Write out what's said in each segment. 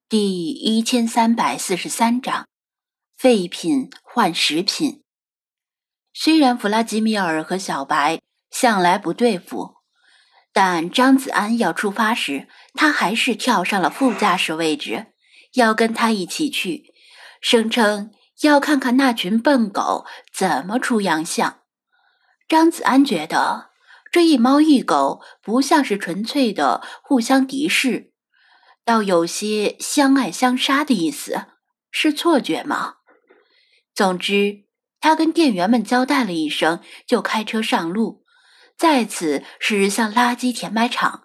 第1343章废品换食品。虽然弗拉基米尔和小白向来不对付，但张子安要出发时，他还是跳上了副驾驶位置，要跟他一起去，声称要看看那群笨狗怎么出洋相。张子安觉得这一猫一狗不像是纯粹的互相敌视，倒有些相爱相杀的意思，是错觉吗？总之，他跟店员们交代了一声，就开车上路，再次驶向垃圾填埋场。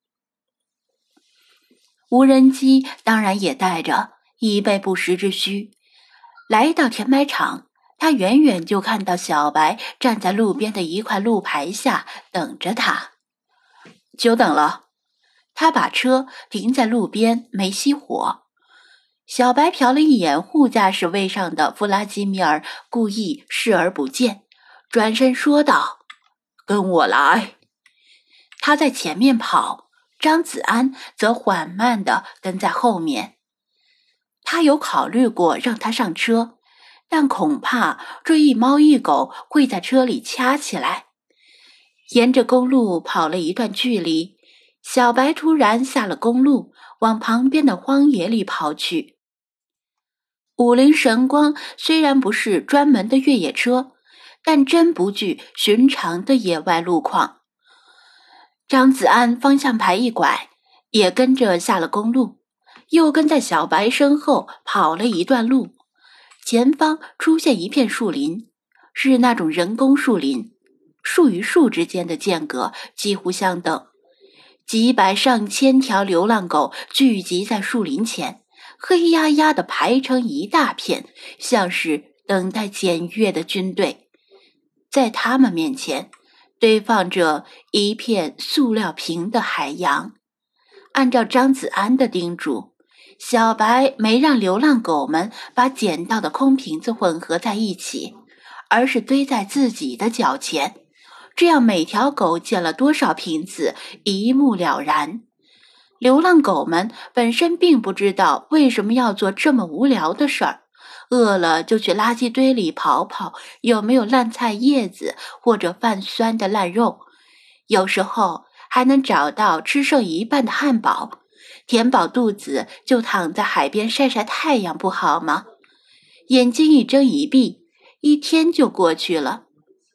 无人机当然也带着，以备不时之需。来到填埋场，他远远就看到小白站在路边的一块路牌下等着他。久等了。他把车停在路边，没熄火。小白瞟了一眼副驾驶位上的弗拉基米尔，故意视而不见，转身说道：“跟我来。”他在前面跑，张子安则缓慢地跟在后面。他有考虑过让他上车，但恐怕这一猫一狗会在车里掐起来。沿着公路跑了一段距离，小白突然下了公路，往旁边的荒野里跑去。五菱神光虽然不是专门的越野车，但真不具寻常的野外路况。张子安方向盘一拐，也跟着下了公路，又跟在小白身后跑了一段路。前方出现一片树林，是那种人工树林，树与树之间的间隔几乎相等。几百上千条流浪狗聚集在树林前，黑压压地排成一大片，像是等待检阅的军队。在他们面前堆放着一片塑料瓶的海洋。按照张子安的叮嘱，小白没让流浪狗们把捡到的空瓶子混合在一起，而是堆在自己的脚前，这样每条狗捡了多少瓶子一目了然。流浪狗们本身并不知道为什么要做这么无聊的事儿，饿了就去垃圾堆里跑跑，有没有烂菜叶子或者泛酸的烂肉，有时候还能找到吃剩一半的汉堡，填饱肚子就躺在海边晒晒太阳，不好吗？眼睛一睁一闭，一天就过去了。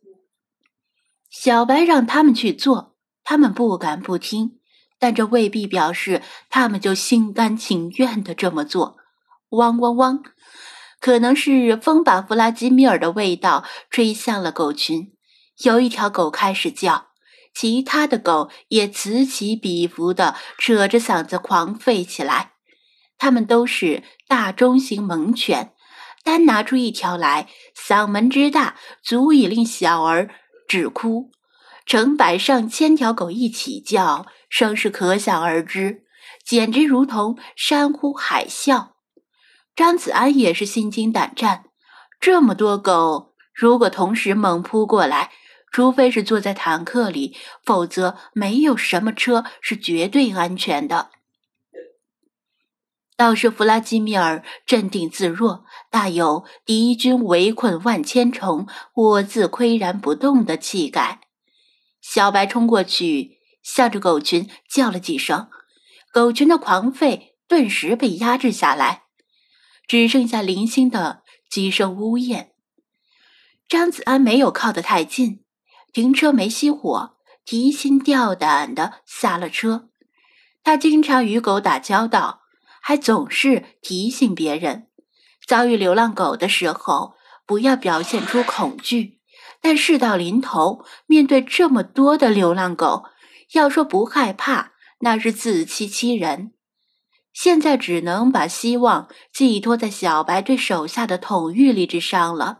小白让他们去做，他们不敢不听，但这未必表示他们就心甘情愿地这么做。汪汪汪！可能是风把弗拉基米尔的味道吹向了狗群，有一条狗开始叫，其他的狗也此起彼伏地扯着嗓子狂吠起来。它们都是大中型猛犬，单拿出一条来，嗓门之大，足以令小儿止哭。成百上千条狗一起叫，声势可想而知，简直如同山呼海啸。张子安也是心惊胆战，这么多狗，如果同时猛扑过来，除非是坐在坦克里，否则没有什么车是绝对安全的。倒是弗拉基米尔镇定自若，大有敌军围困万千虫，我自岿然不动的气概。小白冲过去，向着狗群叫了几声，狗群的狂吠顿时被压制下来，只剩下零星的几声呜咽。张子安没有靠得太近，停车没熄火，提心吊胆地下了车。他经常与狗打交道，还总是提醒别人，遭遇流浪狗的时候不要表现出恐惧，但事到临头，面对这么多的流浪狗，要说不害怕，那是自欺欺人。现在只能把希望寄托在小白对手下的统御力之上了。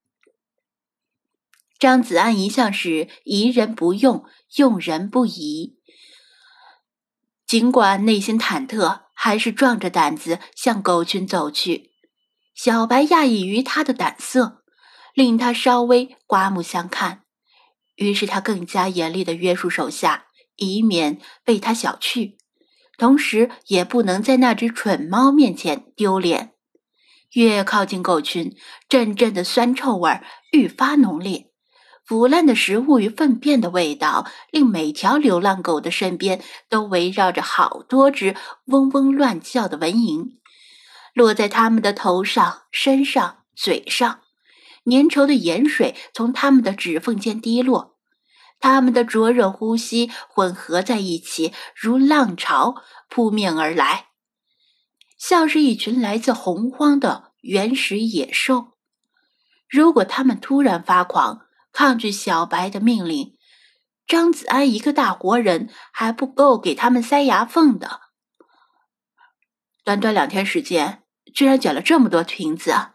张子安一向是疑人不用，用人不疑。尽管内心忐忑，还是壮着胆子向狗群走去。小白讶异于他的胆色，令他稍微刮目相看，于是他更加严厉地约束手下，以免被他小觑。 同时也不能在那只蠢猫面前丢脸。越靠近狗群，阵阵的酸臭味愈发浓烈，腐烂的食物与粪便的味道令每条流浪狗的身边都围绕着好多只嗡嗡乱叫的蚊蝇，落在它们的头上、身上、嘴上，粘稠的盐水从它们的指缝间滴落，它们的灼热呼吸混合在一起，如浪潮扑面而来，像是一群来自洪荒的原始野兽。如果他们突然发狂，抗拒小白的命令，张子安一个大活人还不够给他们塞牙缝的。短短2天时间，居然捡了这么多瓶子啊！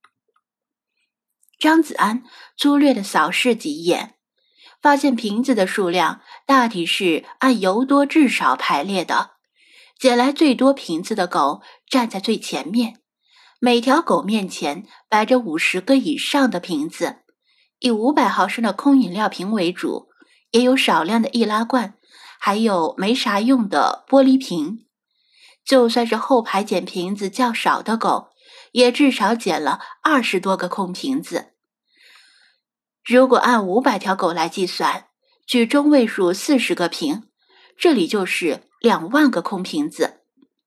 张子安粗略地扫视几眼，发现瓶子的数量大体是按由多至少排列的。捡来最多瓶子的狗站在最前面，每条狗面前摆着50个以上的瓶子，以500毫升的空饮料瓶为主，也有少量的易拉罐，还有没啥用的玻璃瓶。就算是后排捡瓶子较少的狗，也至少捡了20多个空瓶子。如果按500条狗来计算，取中位数40个瓶，这里就是2万个空瓶子。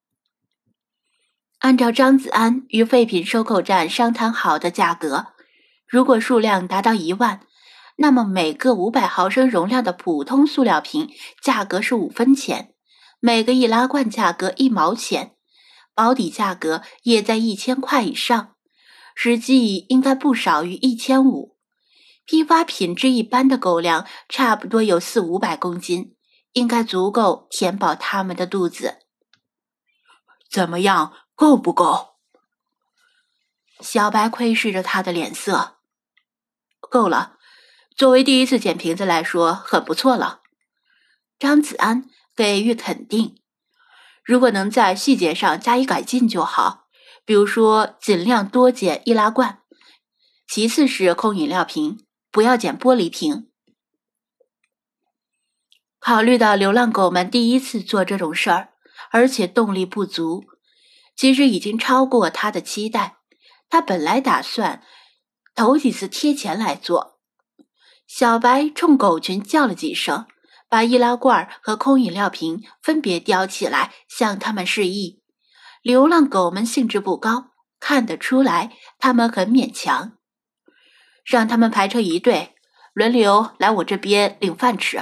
按照张子安与废品收购站商谈好的价格，如果数量达到1万，那么每个500毫升容量的普通塑料瓶价格是5分钱，每个易拉罐价格1毛钱，保底价格也在1000块以上，实际应该不少于1500。批发品质一般的狗粮差不多有400-500公斤，应该足够填饱他们的肚子。怎么样，够不够？小白窥视着他的脸色。够了，作为第一次捡瓶子来说，很不错了。张子安给予肯定。如果能在细节上加以改进就好，比如说尽量多捡易拉罐，其次是空饮料瓶，不要捡玻璃瓶。考虑到流浪狗们第一次做这种事儿，而且动力不足，其实已经超过他的期待。他本来打算头几次贴钱来做。小白冲狗群叫了几声，把易拉罐和空饮料瓶分别叼起来，向他们示意。流浪狗们兴致不高，看得出来他们很勉强。让他们排成一队，轮流来我这边领饭吃。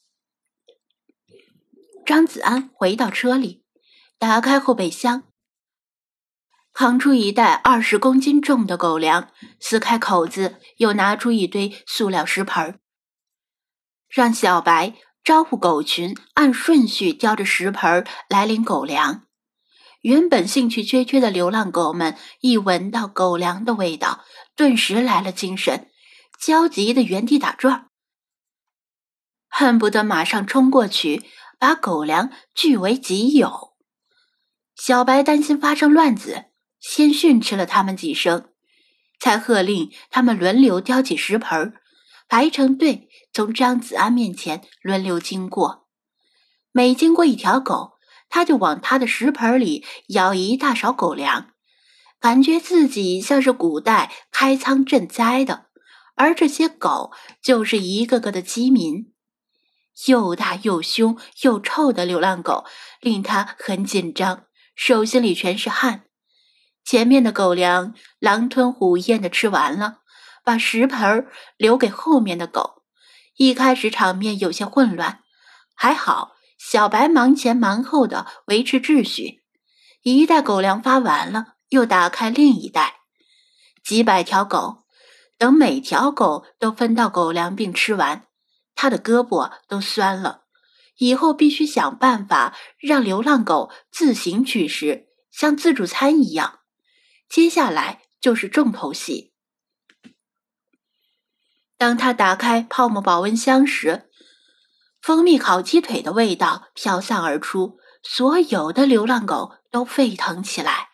张子安回到车里，打开后备箱，扛出一袋20公斤重的狗粮，撕开口子，又拿出一堆塑料食盆，让小白招呼狗群按顺序叼着食盆来领狗粮。原本兴趣缺缺的流浪狗们一闻到狗粮的味道，顿时来了精神，焦急地原地打转，恨不得马上冲过去把狗粮据为己有。小白担心发生乱子，先训斥了他们几声，才喝令他们轮流叼起食盆，排成队从张子安面前轮流经过。每经过一条狗，他就往他的食盆里舀一大勺狗粮，感觉自己像是古代开仓赈灾的，而这些狗就是一个个的饥民。又大又凶又臭的流浪狗令他很紧张，手心里全是汗。前面的狗粮狼吞虎咽地吃完了，把食盆留给后面的狗。一开始场面有些混乱，还好小白忙前忙后的维持秩序。一袋狗粮发完了，又打开另一袋。几百条狗，等每条狗都分到狗粮并吃完，他的胳膊都酸了。以后必须想办法让流浪狗自行取食，像自助餐一样。接下来就是重头戏。当他打开泡沫保温箱时，蜂蜜烤鸡腿的味道飘散而出，所有的流浪狗都沸腾起来。